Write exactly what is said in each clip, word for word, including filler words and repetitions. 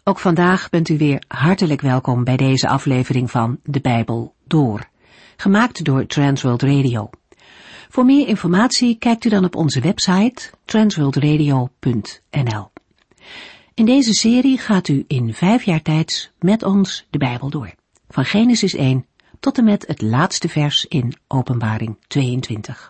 Ook vandaag bent u weer hartelijk welkom bij deze aflevering van De Bijbel Door, gemaakt door Transworld Radio. Voor meer informatie kijkt u dan op onze website transworld radio punt n l. In deze serie gaat u in vijf jaar tijd met ons de Bijbel door, van Genesis één tot en met het laatste vers in Openbaring tweeëntwintig.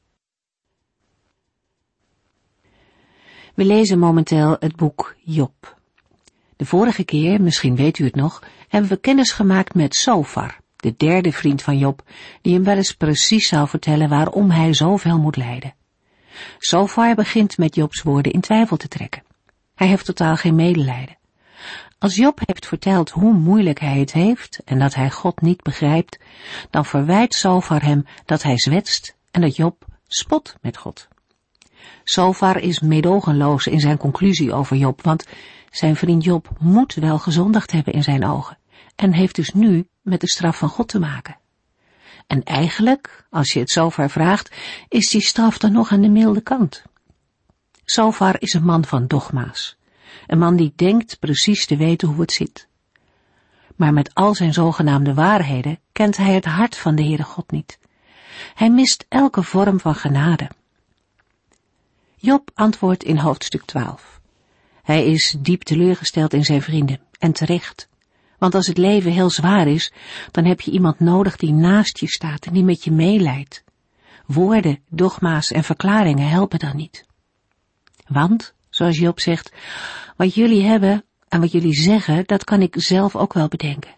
We lezen momenteel het boek Job. De vorige keer, misschien weet u het nog, hebben we kennis gemaakt met Zofar, de derde vriend van Job, die hem wel eens precies zou vertellen waarom hij zoveel moet lijden. Zofar begint met Jobs woorden in twijfel te trekken. Hij heeft totaal geen medelijden. Als Job heeft verteld hoe moeilijk hij het heeft en dat hij God niet begrijpt, dan verwijt Zofar hem dat hij zwetst en dat Job spot met God. Zofar is meedogenloos in zijn conclusie over Job, want zijn vriend Job moet wel gezondigd hebben in zijn ogen en heeft dus nu met de straf van God te maken. En eigenlijk, als je het Zofar vraagt, is die straf dan nog aan de milde kant. Zofar is een man van dogma's, een man die denkt precies te weten hoe het zit. Maar met al zijn zogenaamde waarheden kent hij het hart van de Heere God niet. Hij mist elke vorm van genade. Job antwoordt in hoofdstuk twaalf. Hij is diep teleurgesteld in zijn vrienden, en terecht. Want als het leven heel zwaar is, dan heb je iemand nodig die naast je staat en die met je meelijdt. Woorden, dogma's en verklaringen helpen dan niet. Want, zoals Job zegt, wat jullie hebben en wat jullie zeggen, dat kan ik zelf ook wel bedenken.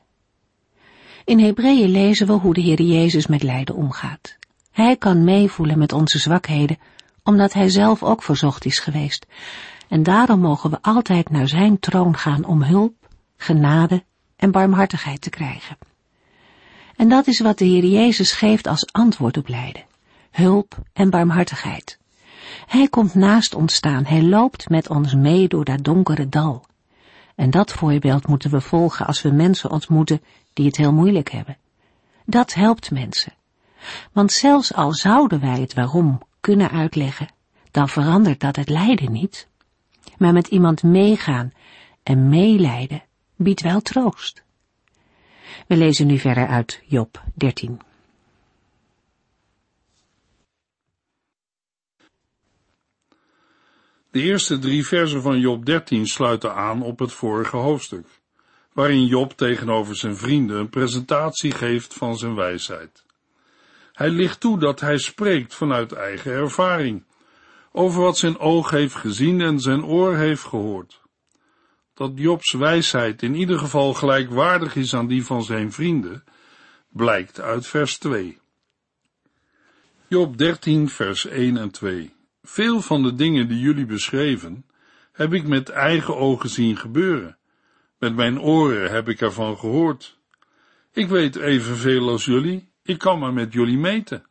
In Hebreeën lezen we hoe de Heer Jezus met lijden omgaat. Hij kan meevoelen met onze zwakheden, omdat hij zelf ook verzocht is geweest. En daarom mogen we altijd naar zijn troon gaan om hulp, genade en barmhartigheid te krijgen. En dat is wat de Heer Jezus geeft als antwoord op lijden. Hulp en barmhartigheid. Hij komt naast ons staan, hij loopt met ons mee door dat donkere dal. En dat voorbeeld moeten we volgen als we mensen ontmoeten die het heel moeilijk hebben. Dat helpt mensen. Want zelfs al zouden wij het waarom kunnen uitleggen, dan verandert dat het lijden niet. Maar met iemand meegaan en meelijden biedt wel troost. We lezen nu verder uit Job dertien. De eerste drie versen van Job dertien sluiten aan op het vorige hoofdstuk, waarin Job tegenover zijn vrienden een presentatie geeft van zijn wijsheid. Hij licht toe dat hij spreekt vanuit eigen ervaring, over wat zijn oog heeft gezien en zijn oor heeft gehoord. Dat Jobs wijsheid in ieder geval gelijkwaardig is aan die van zijn vrienden, blijkt uit vers twee. Job dertien, vers één en twee. Veel van de dingen die jullie beschreven, heb ik met eigen ogen zien gebeuren. Met mijn oren heb ik ervan gehoord. Ik weet evenveel als jullie, ik kan maar met jullie meten.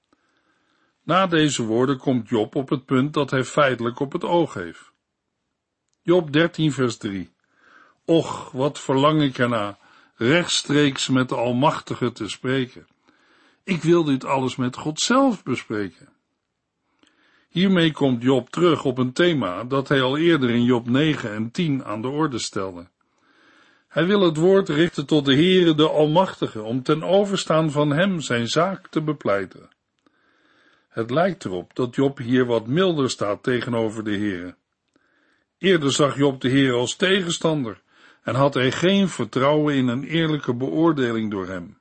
Na deze woorden komt Job op het punt dat hij feitelijk op het oog heeft. Job dertien, vers drie. Och, wat verlang ik erna, rechtstreeks met de Almachtige te spreken. Ik wil dit alles met God zelf bespreken. Hiermee komt Job terug op een thema dat hij al eerder in Job negen en tien aan de orde stelde. Hij wil het woord richten tot de Heere, de Almachtige, om ten overstaan van hem zijn zaak te bepleiten. Het lijkt erop dat Job hier wat milder staat tegenover de Heere. Eerder zag Job de Heere als tegenstander en had hij geen vertrouwen in een eerlijke beoordeling door hem.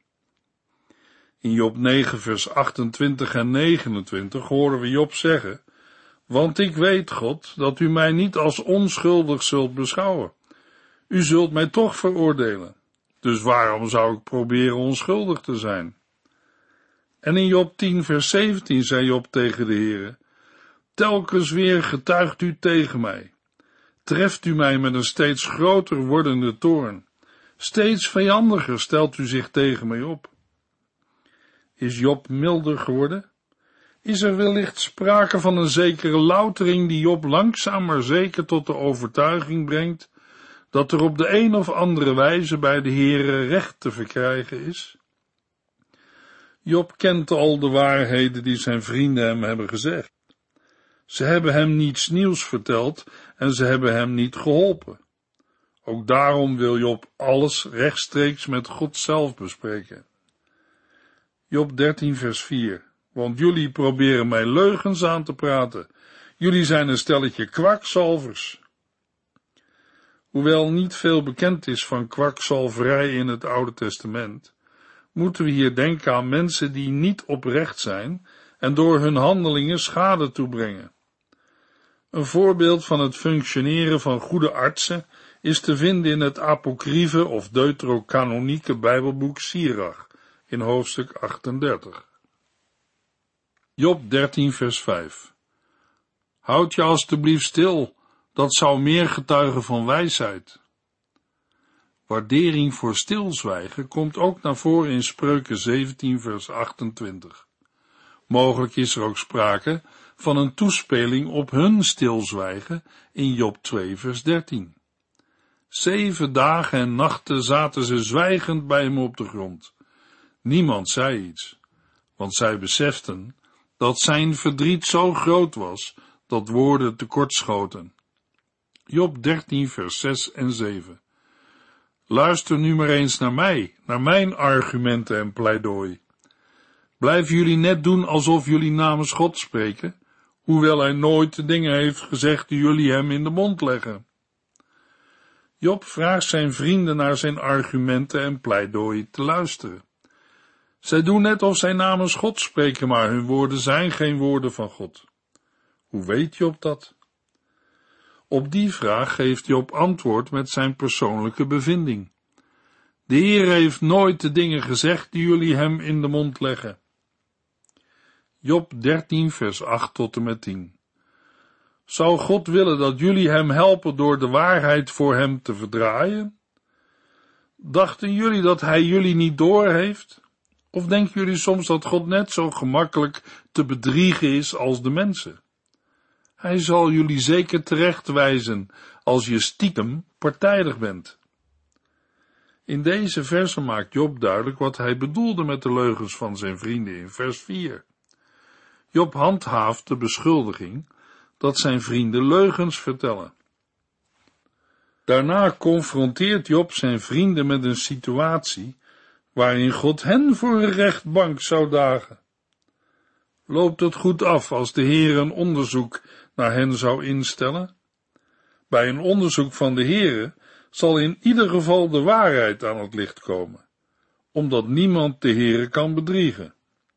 In Job negen, vers achtentwintig en negenentwintig horen we Job zeggen, want ik weet, God, dat u mij niet als onschuldig zult beschouwen. U zult mij toch veroordelen. Dus waarom zou ik proberen onschuldig te zijn? En in Job tien, vers zeventien zei Job tegen de Heere, telkens weer getuigt u tegen mij. Treft u mij met een steeds groter wordende toorn. Steeds vijandiger stelt u zich tegen mij op. Is Job milder geworden? Is er wellicht sprake van een zekere loutering die Job langzaam maar zeker tot de overtuiging brengt dat er op de een of andere wijze bij de Heere recht te verkrijgen is? Job kent al de waarheden die zijn vrienden hem hebben gezegd. Ze hebben hem niets nieuws verteld en ze hebben hem niet geholpen. Ook daarom wil Job alles rechtstreeks met God zelf bespreken. Job dertien vers vier. Want jullie proberen mij leugens aan te praten. Jullie zijn een stelletje kwakzalvers. Hoewel niet veel bekend is van kwakzalverij in het Oude Testament, moeten we hier denken aan mensen die niet oprecht zijn en door hun handelingen schade toebrengen. Een voorbeeld van het functioneren van goede artsen is te vinden in het apocryfe of deuterocanonieke Bijbelboek Sirach in hoofdstuk achtendertig. Job dertien vers vijf. Houd je alstublieft stil, dat zou meer getuigen van wijsheid. Waardering voor stilzwijgen komt ook naar voren in Spreuken zeventien vers achtentwintig. Mogelijk is er ook sprake van een toespeling op hun stilzwijgen in Job twee vers dertien. Zeven dagen en nachten zaten ze zwijgend bij hem op de grond. Niemand zei iets, want zij beseften dat zijn verdriet zo groot was, dat woorden tekortschoten. Job dertien vers zes en zeven. Luister nu maar eens naar mij, naar mijn argumenten en pleidooi. Blijven jullie net doen alsof jullie namens God spreken, hoewel hij nooit de dingen heeft gezegd die jullie hem in de mond leggen. Job vraagt zijn vrienden naar zijn argumenten en pleidooi te luisteren. Zij doen net of zij namens God spreken, maar hun woorden zijn geen woorden van God. Hoe weet Job dat? Op die vraag geeft Job antwoord met zijn persoonlijke bevinding. De Heer heeft nooit de dingen gezegd die jullie hem in de mond leggen. Job dertien vers acht tot en met tien. Zou God willen dat jullie hem helpen door de waarheid voor hem te verdraaien? Dachten jullie dat hij jullie niet doorheeft? Of denken jullie soms dat God net zo gemakkelijk te bedriegen is als de mensen? Hij zal jullie zeker terechtwijzen als je stiekem partijdig bent. In deze versen maakt Job duidelijk wat hij bedoelde met de leugens van zijn vrienden in vers vier. Job handhaaft de beschuldiging dat zijn vrienden leugens vertellen. Daarna confronteert Job zijn vrienden met een situatie waarin God hen voor een rechtbank zou dagen. Loopt het goed af als de Heer een onderzoek naar hen zou instellen? Bij een onderzoek van de Heere zal in ieder geval de waarheid aan het licht komen, omdat niemand de Heere kan bedriegen.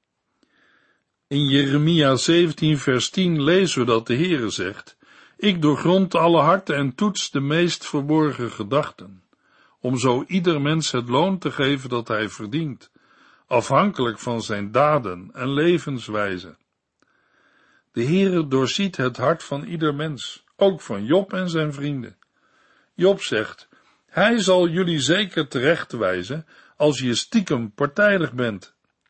In Jeremia zeventien vers tien lezen we dat de Heere zegt: Ik doorgrond alle harten en toets de meest verborgen gedachten, om zo ieder mens het loon te geven dat hij verdient, afhankelijk van zijn daden en levenswijze. De Heere doorziet het hart van ieder mens, ook van Job en zijn vrienden. Job zegt: Hij zal jullie zeker terechtwijzen als je stiekem partijdig bent.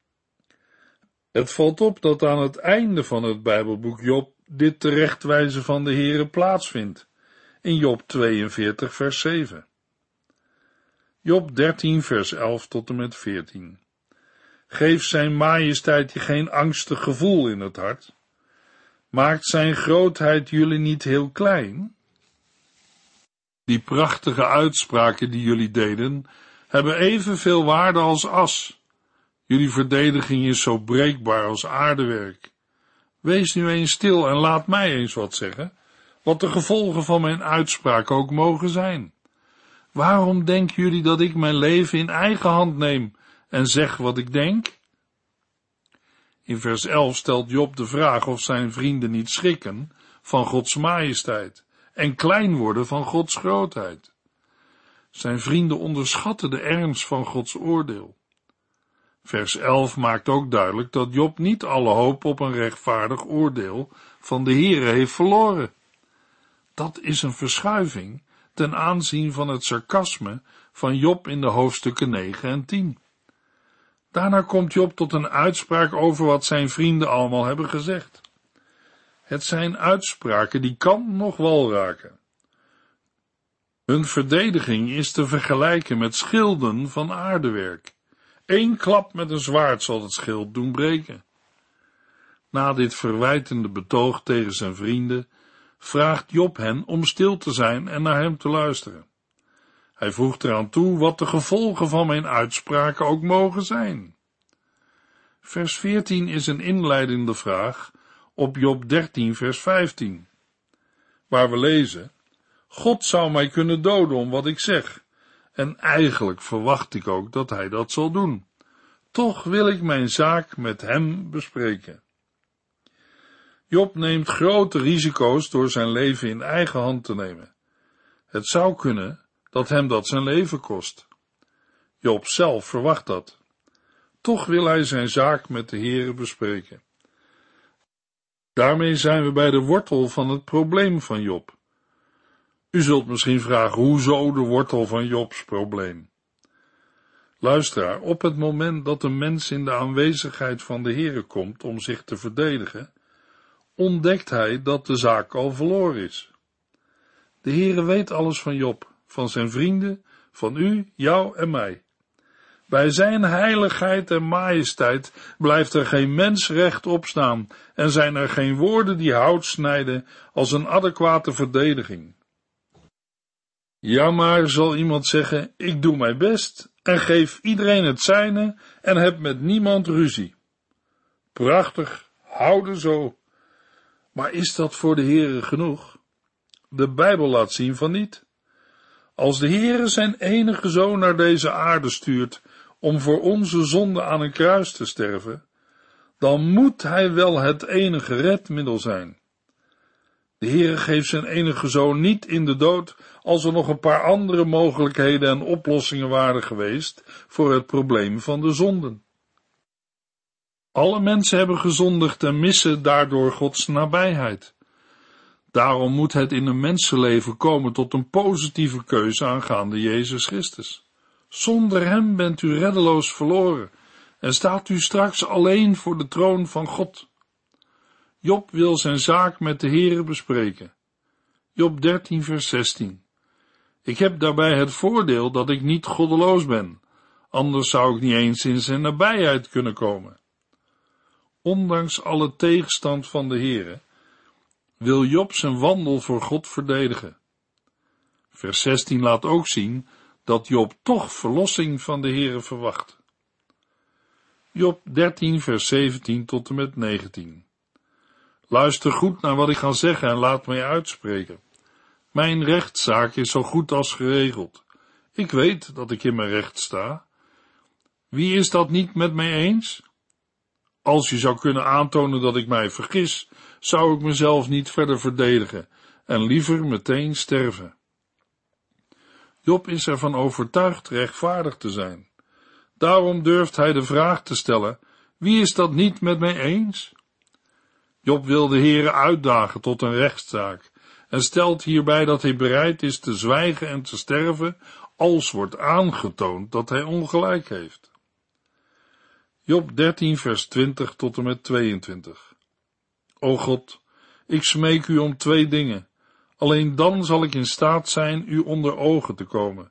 Het valt op dat aan het einde van het Bijbelboek Job dit terechtwijzen van de Heere plaatsvindt, in Job tweeënveertig vers zeven. Job dertien vers elf tot en met veertien. Geef zijn majesteit je geen angstig gevoel in het hart? Maakt zijn grootheid jullie niet heel klein? Die prachtige uitspraken die jullie deden, hebben evenveel waarde als as. Jullie verdediging is zo breekbaar als aardewerk. Wees nu eens stil en laat mij eens wat zeggen, wat de gevolgen van mijn uitspraak ook mogen zijn. Waarom denken jullie dat ik mijn leven in eigen hand neem en zeg wat ik denk? In vers elf stelt Job de vraag of zijn vrienden niet schrikken van Gods majesteit en klein worden van Gods grootheid. Zijn vrienden onderschatten de ernst van Gods oordeel. Vers elf maakt ook duidelijk dat Job niet alle hoop op een rechtvaardig oordeel van de Heere heeft verloren. Dat is een verschuiving ten aanzien van het sarcasme van Job in de hoofdstukken negen en tien. Daarna komt Job tot een uitspraak over wat zijn vrienden allemaal hebben gezegd. Het zijn uitspraken die kan nog wel raken. Hun verdediging is te vergelijken met schilden van aardewerk. Eén klap met een zwaard zal het schild doen breken. Na dit verwijtende betoog tegen zijn vrienden, vraagt Job hen om stil te zijn en naar hem te luisteren. Hij voegt eraan toe wat de gevolgen van mijn uitspraken ook mogen zijn. Vers veertien is een inleidende vraag op Job dertien vers vijftien, waar we lezen: God zou mij kunnen doden om wat ik zeg, en eigenlijk verwacht ik ook dat hij dat zal doen. Toch wil ik mijn zaak met hem bespreken. Job neemt grote risico's door zijn leven in eigen hand te nemen. Het zou kunnen dat hem dat zijn leven kost. Job zelf verwacht dat. Toch wil hij zijn zaak met de Heere bespreken. Daarmee zijn we bij de wortel van het probleem van Job. U zult misschien vragen, hoezo de wortel van Jobs probleem? Luisteraar, op het moment dat een mens in de aanwezigheid van de Heere komt om zich te verdedigen, ontdekt hij dat de zaak al verloren is. De Heere weet alles van Job, van zijn vrienden, van u, jou en mij. Bij zijn heiligheid en majesteit blijft er geen mens rechtop staan en zijn er geen woorden die hout snijden als een adequate verdediging. Ja, maar, zal iemand zeggen, ik doe mijn best en geef iedereen het zijne en heb met niemand ruzie. Prachtig, houden zo. Maar is dat voor de Heere genoeg? De Bijbel laat zien van niet. Als de Heere zijn enige zoon naar deze aarde stuurt om voor onze zonde aan een kruis te sterven, dan moet hij wel het enige redmiddel zijn. De Heere geeft zijn enige zoon niet in de dood als er nog een paar andere mogelijkheden en oplossingen waren geweest voor het probleem van de zonden. Alle mensen hebben gezondigd en missen daardoor Gods nabijheid. Daarom moet het in een mensenleven komen tot een positieve keuze aangaande Jezus Christus. Zonder hem bent u reddeloos verloren en staat u straks alleen voor de troon van God. Job wil zijn zaak met de Heere bespreken. Job dertien vers zestien. Ik heb daarbij het voordeel dat ik niet goddeloos ben, anders zou ik niet eens in zijn nabijheid kunnen komen. Ondanks alle tegenstand van de Heere wil Job zijn wandel voor God verdedigen. Vers zestien laat ook zien dat Job toch verlossing van de Heere verwacht. Job dertien vers zeventien tot en met negentien. Luister goed naar wat ik ga zeggen en laat mij uitspreken. Mijn rechtszaak is zo goed als geregeld. Ik weet dat ik in mijn recht sta. Wie is dat niet met mij eens? Als je zou kunnen aantonen dat ik mij vergis, zou ik mezelf niet verder verdedigen en liever meteen sterven. Job is ervan overtuigd rechtvaardig te zijn. Daarom durft hij de vraag te stellen, wie is dat niet met mij eens? Job wil de Heere uitdagen tot een rechtszaak en stelt hierbij dat hij bereid is te zwijgen en te sterven als wordt aangetoond dat hij ongelijk heeft. Job dertien vers twintig tot en met tweeëntwintig. O God, ik smeek u om twee dingen, alleen dan zal ik in staat zijn u onder ogen te komen.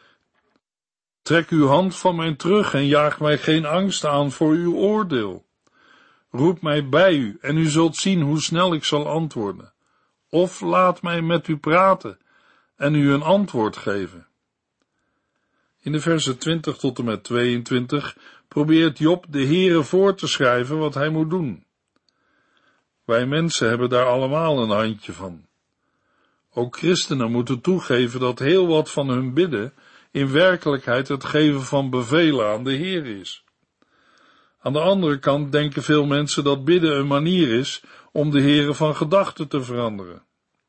Trek uw hand van mij terug en jaag mij geen angst aan voor uw oordeel. Roep mij bij u en u zult zien hoe snel ik zal antwoorden. Of laat mij met u praten en u een antwoord geven. In de versen twintig tot en met tweeëntwintig probeert Job de Heere voor te schrijven wat hij moet doen. Wij mensen hebben daar allemaal een handje van. Ook christenen moeten toegeven dat heel wat van hun bidden in werkelijkheid het geven van bevelen aan de Heere is. Aan de andere kant denken veel mensen dat bidden een manier is om de Heere van gedachten te veranderen.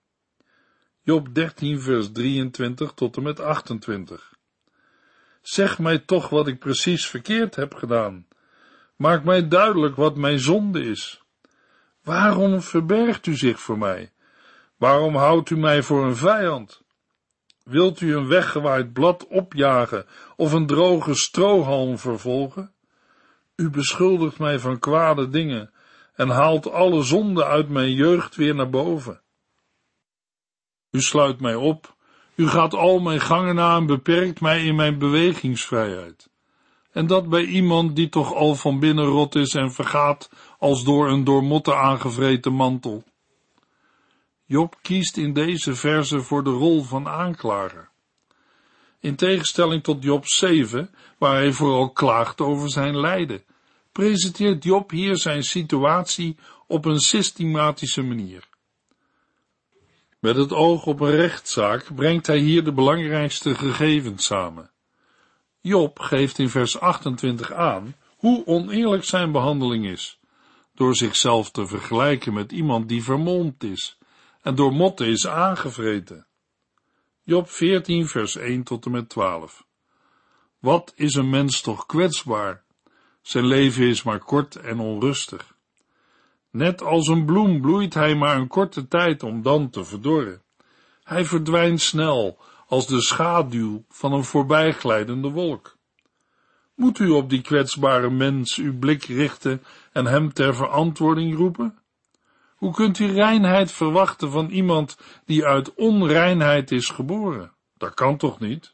Job dertien vers drieëntwintig tot en met achtentwintig. Zeg mij toch wat ik precies verkeerd heb gedaan. Maak mij duidelijk wat mijn zonde is. Waarom verbergt u zich voor mij? Waarom houdt u mij voor een vijand? Wilt u een weggewaaid blad opjagen of een droge strohalm vervolgen? U beschuldigt mij van kwade dingen en haalt alle zonden uit mijn jeugd weer naar boven. U sluit mij op, u gaat al mijn gangen na en beperkt mij in mijn bewegingsvrijheid. En dat bij iemand die toch al van binnen rot is en vergaat als door een door motten aangevreten mantel. Job kiest in deze verse voor de rol van aanklager. In tegenstelling tot Job zeven, waar hij vooral klaagt over zijn lijden, presenteert Job hier zijn situatie op een systematische manier. Met het oog op een rechtszaak brengt hij hier de belangrijkste gegevens samen. Job geeft in vers achtentwintig aan hoe oneerlijk zijn behandeling is, door zichzelf te vergelijken met iemand die vermolmd is en door motten is aangevreten. Job veertien vers één tot en met twaalf. Wat is een mens toch kwetsbaar? Zijn leven is maar kort en onrustig. Net als een bloem bloeit hij maar een korte tijd om dan te verdorren. Hij verdwijnt snel als de schaduw van een voorbijglijdende wolk. Moet u op die kwetsbare mens uw blik richten en hem ter verantwoording roepen? Hoe kunt u reinheid verwachten van iemand die uit onreinheid is geboren? Dat kan toch niet?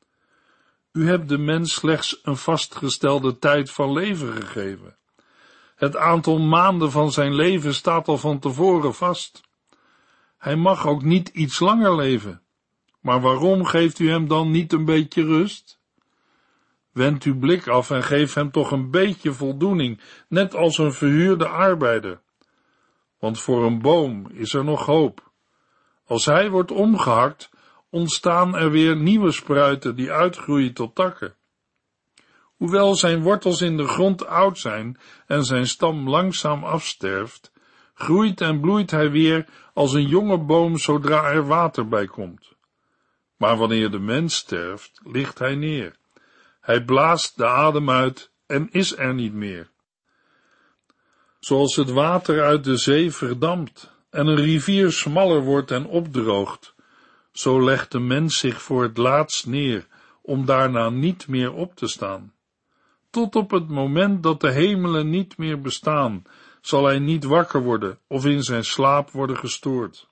U hebt de mens slechts een vastgestelde tijd van leven gegeven. Het aantal maanden van zijn leven staat al van tevoren vast. Hij mag ook niet iets langer leven. Maar waarom geeft u hem dan niet een beetje rust? Wend uw blik af en geef hem toch een beetje voldoening, net als een verhuurde arbeider. Want voor een boom is er nog hoop. Als hij wordt omgehakt, ontstaan er weer nieuwe spruiten die uitgroeien tot takken. Hoewel zijn wortels in de grond oud zijn en zijn stam langzaam afsterft, groeit en bloeit hij weer als een jonge boom zodra er water bij komt. Maar wanneer de mens sterft, ligt hij neer. Hij blaast de adem uit en is er niet meer. Zoals het water uit de zee verdampt en een rivier smaller wordt en opdroogt, zo legt de mens zich voor het laatst neer om daarna niet meer op te staan. Tot op het moment dat de hemelen niet meer bestaan, zal hij niet wakker worden of in zijn slaap worden gestoord.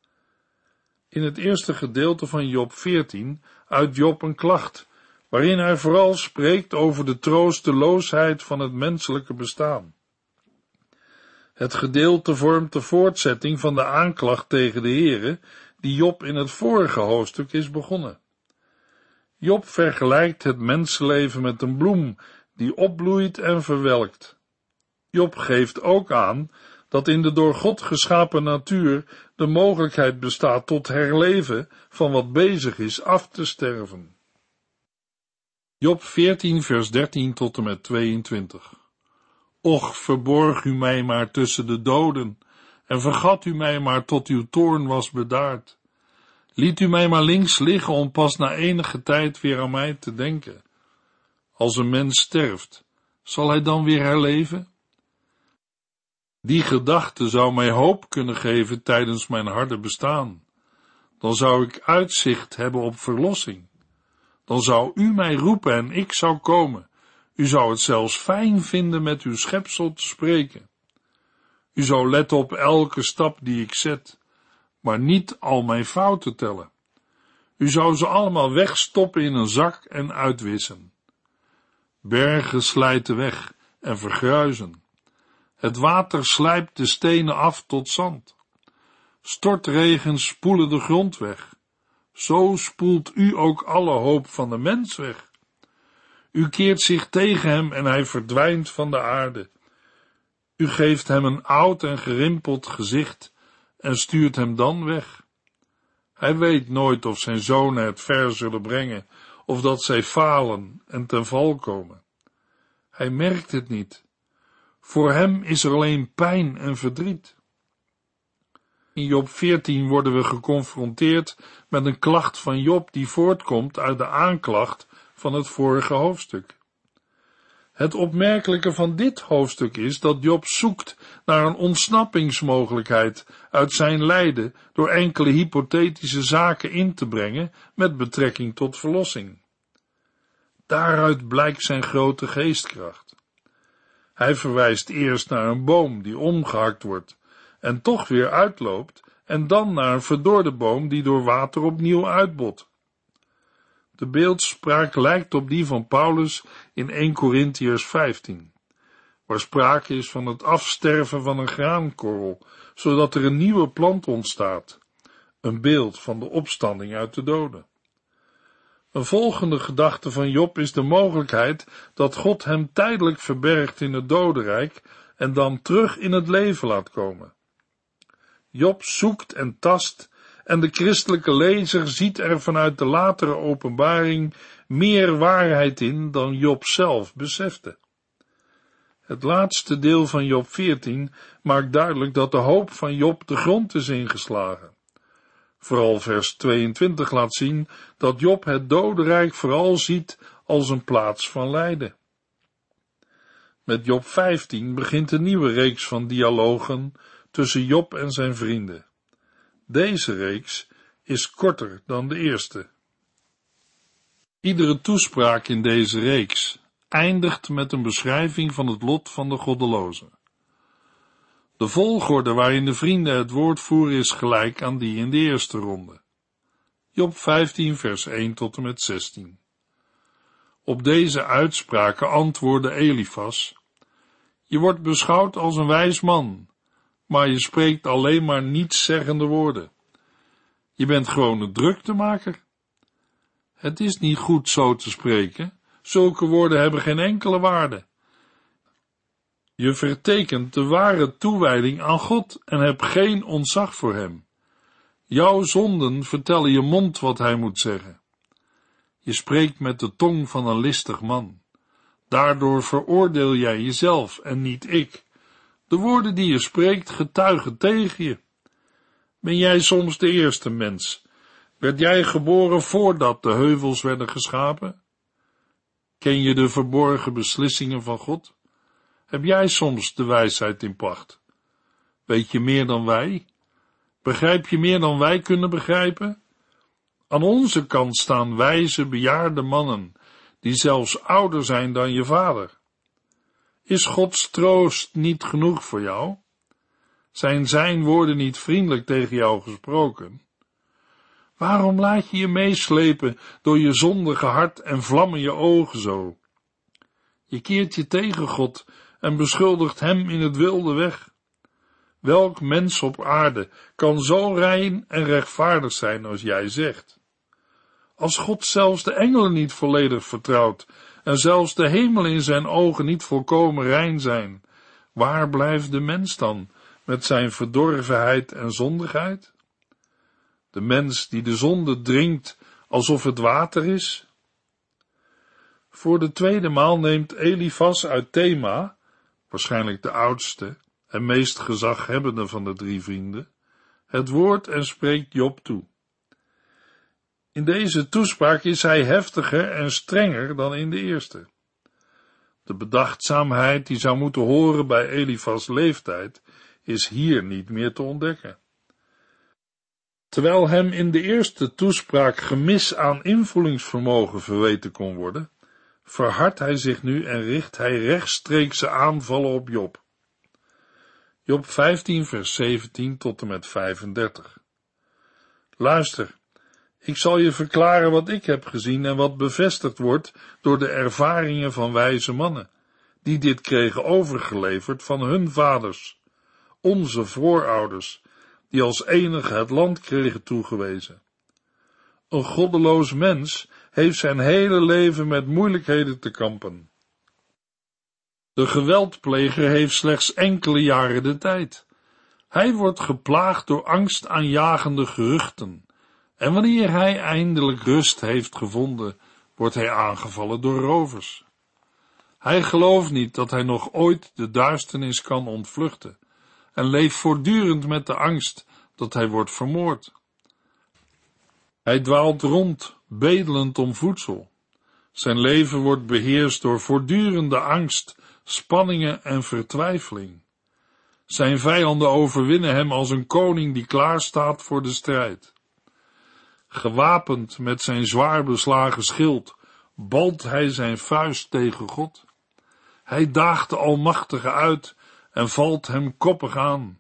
In het eerste gedeelte van Job veertien uit Job een klacht, waarin hij vooral spreekt over de troosteloosheid van het menselijke bestaan. Het gedeelte vormt de voortzetting van de aanklacht tegen de Heere, die Job in het vorige hoofdstuk is begonnen. Job vergelijkt het mensenleven met een bloem die opbloeit en verwelkt. Job geeft ook aan dat in de door God geschapen natuur de mogelijkheid bestaat tot herleven van wat bezig is af te sterven. Job veertien vers dertien tot en met tweeëntwintig. Och, verborg u mij maar tussen de doden, en vergat u mij maar tot uw toorn was bedaard. Liet u mij maar links liggen om pas na enige tijd weer aan mij te denken. Als een mens sterft, zal hij dan weer herleven? Die gedachte zou mij hoop kunnen geven tijdens mijn harde bestaan. Dan zou ik uitzicht hebben op verlossing. Dan zou u mij roepen en ik zou komen. U zou het zelfs fijn vinden met uw schepsel te spreken. U zou letten op elke stap die ik zet, maar niet al mijn fouten tellen. U zou ze allemaal wegstoppen in een zak en uitwissen. Bergen slijten weg en vergruizen. Het water slijpt de stenen af tot zand. Stortregens spoelen de grond weg. Zo spoelt u ook alle hoop van de mens weg. U keert zich tegen hem en hij verdwijnt van de aarde. U geeft hem een oud en gerimpeld gezicht en stuurt hem dan weg. Hij weet nooit of zijn zonen het ver zullen brengen, of dat zij falen en ten val komen. Hij merkt het niet. Voor hem is er alleen pijn en verdriet. In Job veertien worden we geconfronteerd met een klacht van Job die voortkomt uit de aanklacht van het vorige hoofdstuk. Het opmerkelijke van dit hoofdstuk is dat Job zoekt naar een ontsnappingsmogelijkheid uit zijn lijden door enkele hypothetische zaken in te brengen met betrekking tot verlossing. Daaruit blijkt zijn grote geestkracht. Hij verwijst eerst naar een boom die omgehakt wordt en toch weer uitloopt, en dan naar een verdorde boom die door water opnieuw uitbot. De beeldspraak lijkt op die van Paulus in eerste Korintiërs vijftien, waar sprake is van het afsterven van een graankorrel, zodat er een nieuwe plant ontstaat, een beeld van de opstanding uit de doden. Een volgende gedachte van Job is de mogelijkheid dat God hem tijdelijk verbergt in het dodenrijk en dan terug in het leven laat komen. Job zoekt en tast en de christelijke lezer ziet er vanuit de latere openbaring meer waarheid in dan Job zelf besefte. Het laatste deel van Job veertien maakt duidelijk dat de hoop van Job de grond is ingeslagen. Vooral vers tweeëntwintig laat zien dat Job het dodenrijk vooral ziet als een plaats van lijden. Met Job vijftien begint een nieuwe reeks van dialogen tussen Job en zijn vrienden. Deze reeks is korter dan de eerste. Iedere toespraak in deze reeks eindigt met een beschrijving van het lot van de goddelozen. De volgorde waarin de vrienden het woord voeren is gelijk aan die in de eerste ronde. Job vijftien vers één tot en met zestien. Op deze uitspraken antwoordde Elifas: Je wordt beschouwd als een wijs man, maar je spreekt alleen maar nietszeggende woorden. Je bent gewoon een druktemaker. Het is niet goed zo te spreken, zulke woorden hebben geen enkele waarde. Je vertekent de ware toewijding aan God en hebt geen ontzag voor hem. Jouw zonden vertellen je mond wat hij moet zeggen. Je spreekt met de tong van een listig man. Daardoor veroordeel jij jezelf en niet ik. De woorden die je spreekt getuigen tegen je. Ben jij soms de eerste mens? Werd jij geboren voordat de heuvels werden geschapen? Ken je de verborgen beslissingen van God? Heb jij soms de wijsheid in pacht? Weet je meer dan wij? Begrijp je meer dan wij kunnen begrijpen? Aan onze kant staan wijze, bejaarde mannen, die zelfs ouder zijn dan je vader. Is Gods troost niet genoeg voor jou? Zijn zijn woorden niet vriendelijk tegen jou gesproken? Waarom laat je je meeslepen door je zondige hart en vlammen je ogen zo? Je keert je tegen God en beschuldigt hem in het wilde weg. Welk mens op aarde kan zo rein en rechtvaardig zijn als jij zegt? Als God zelfs de engelen niet volledig vertrouwt en zelfs de hemel in zijn ogen niet volkomen rein zijn, waar blijft de mens dan met zijn verdorvenheid en zondigheid? De mens die de zonde drinkt alsof het water is? Voor de tweede maal neemt Elifas uit Thema, waarschijnlijk de oudste en meest gezaghebbende van de drie vrienden, het woord en spreekt Job toe. In deze toespraak is hij heftiger en strenger dan in de eerste. De bedachtzaamheid die zou moeten horen bij Elifas' leeftijd is hier niet meer te ontdekken. Terwijl hem in de eerste toespraak gemis aan invoelingsvermogen verweten kon worden, verhardt hij zich nu en richt hij rechtstreekse aanvallen op Job. Job vijftien vers zeventien tot en met vijfendertig. Luister, ik zal je verklaren wat ik heb gezien en wat bevestigd wordt door de ervaringen van wijze mannen, die dit kregen overgeleverd van hun vaders, onze voorouders, die als enige het land kregen toegewezen. Een goddeloos mens heeft zijn hele leven met moeilijkheden te kampen. De geweldpleger heeft slechts enkele jaren de tijd. Hij wordt geplaagd door angstaanjagende geruchten, en wanneer hij eindelijk rust heeft gevonden, wordt hij aangevallen door rovers. Hij gelooft niet dat hij nog ooit de duisternis kan ontvluchten, en leeft voortdurend met de angst dat hij wordt vermoord. Hij dwaalt rond, bedelend om voedsel. Zijn leven wordt beheerst door voortdurende angst, spanningen en vertwijfeling. Zijn vijanden overwinnen hem als een koning die klaarstaat voor de strijd. Gewapend met zijn zwaar beslagen schild, balt hij zijn vuist tegen God. Hij daagt de Almachtige uit en valt hem koppig aan.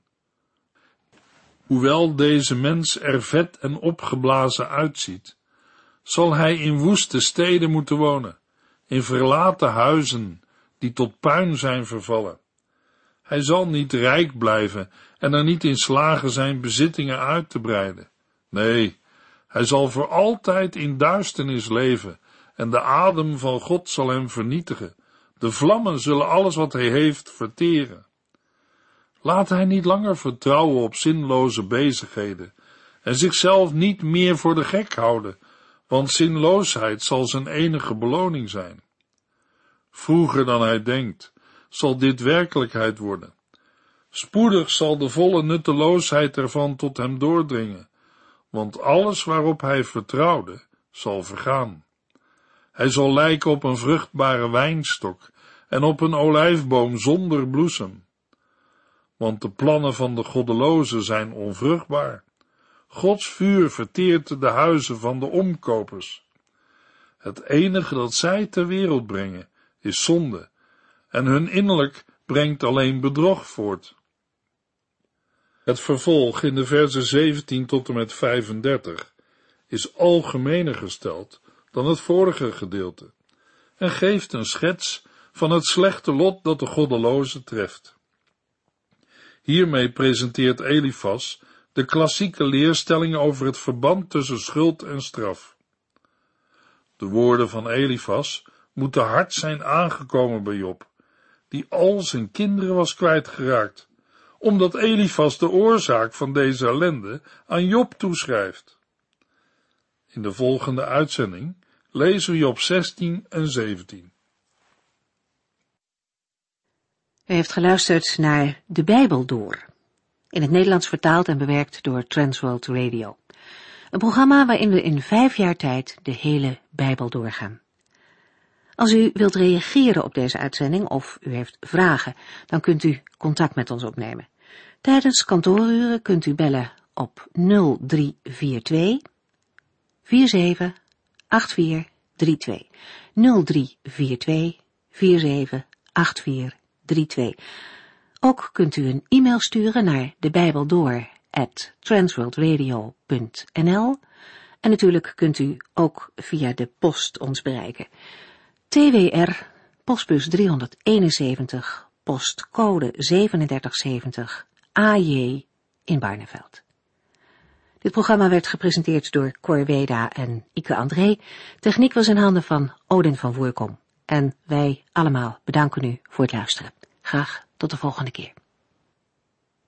Hoewel deze mens er vet en opgeblazen uitziet, zal hij in woeste steden moeten wonen, in verlaten huizen, die tot puin zijn vervallen. Hij zal niet rijk blijven en er niet in slagen zijn bezittingen uit te breiden. Nee, Hij zal voor altijd in duisternis leven en de adem van God zal hem vernietigen. De vlammen zullen alles wat hij heeft verteren. Laat hij niet langer vertrouwen op zinloze bezigheden en zichzelf niet meer voor de gek houden, want zinloosheid zal zijn enige beloning zijn. Vroeger dan hij denkt, zal dit werkelijkheid worden. Spoedig zal de volle nutteloosheid ervan tot hem doordringen, want alles waarop hij vertrouwde, zal vergaan. Hij zal lijken op een vruchtbare wijnstok en op een olijfboom zonder bloesem. Want de plannen van de goddelozen zijn onvruchtbaar. Gods vuur verteert de huizen van de omkopers. Het enige dat zij ter wereld brengen, is zonde, en hun innerlijk brengt alleen bedrog voort. Het vervolg in de verzen zeventien tot en met vijfendertig is algemener gesteld dan het vorige gedeelte en geeft een schets van het slechte lot dat de goddeloze treft. Hiermee presenteert Elifas de klassieke leerstelling over het verband tussen schuld en straf. De woorden van Elifas moeten hard zijn aangekomen bij Job, die al zijn kinderen was kwijtgeraakt, omdat Elifas de oorzaak van deze ellende aan Job toeschrijft. In de volgende uitzending lezen we Job zestien en zeventien. U heeft geluisterd naar De Bijbel Door, in het Nederlands vertaald en bewerkt door Transworld Radio. Een programma waarin we in vijf jaar tijd de hele Bijbel doorgaan. Als u wilt reageren op deze uitzending of u heeft vragen, dan kunt u contact met ons opnemen. Tijdens kantooruren kunt u bellen op nul drie vier twee, vier zeven acht vier drie twee. nul drie vier twee, vier zeven acht vier drie twee. Ook kunt u een e-mail sturen naar debijbeldoor at transworldradio punt n l en natuurlijk kunt u ook via de post ons bereiken. T W R, postbus driehonderdeenenzeventig, postcode zevenendertig zeventig, A J in Barneveld. Dit programma werd gepresenteerd door Cor Weda en Ike André. Techniek was in handen van Odin van Voerkom. En wij allemaal bedanken u voor het luisteren. Graag tot de volgende keer.